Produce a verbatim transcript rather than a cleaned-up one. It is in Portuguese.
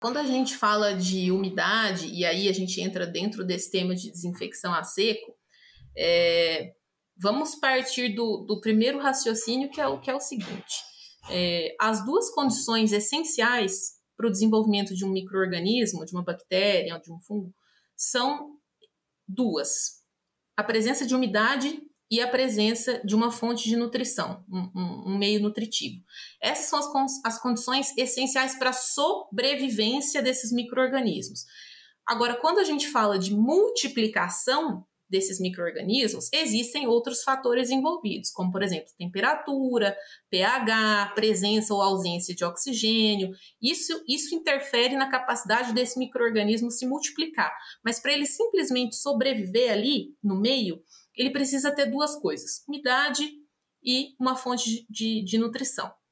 Quando a gente fala de umidade, e aí a gente entra dentro desse tema de desinfecção a seco, é, vamos partir do, do primeiro raciocínio, que é o, que é o seguinte. É, as duas condições essenciais para o desenvolvimento de um micro-organismo, de uma bactéria, de um fungo, são duas. A presença de umidade e a presença de uma fonte de nutrição, um, um, um meio nutritivo. Essas são as, as condições essenciais para a sobrevivência desses micro-organismos. Agora, quando a gente fala de multiplicação desses micro-organismos, existem outros fatores envolvidos, como, por exemplo, temperatura, pH, presença ou ausência de oxigênio. Isso, isso interfere na capacidade desse micro-organismo se multiplicar. Mas para ele simplesmente sobreviver ali, no meio, ele precisa ter duas coisas, umidade e uma fonte de, de, de nutrição.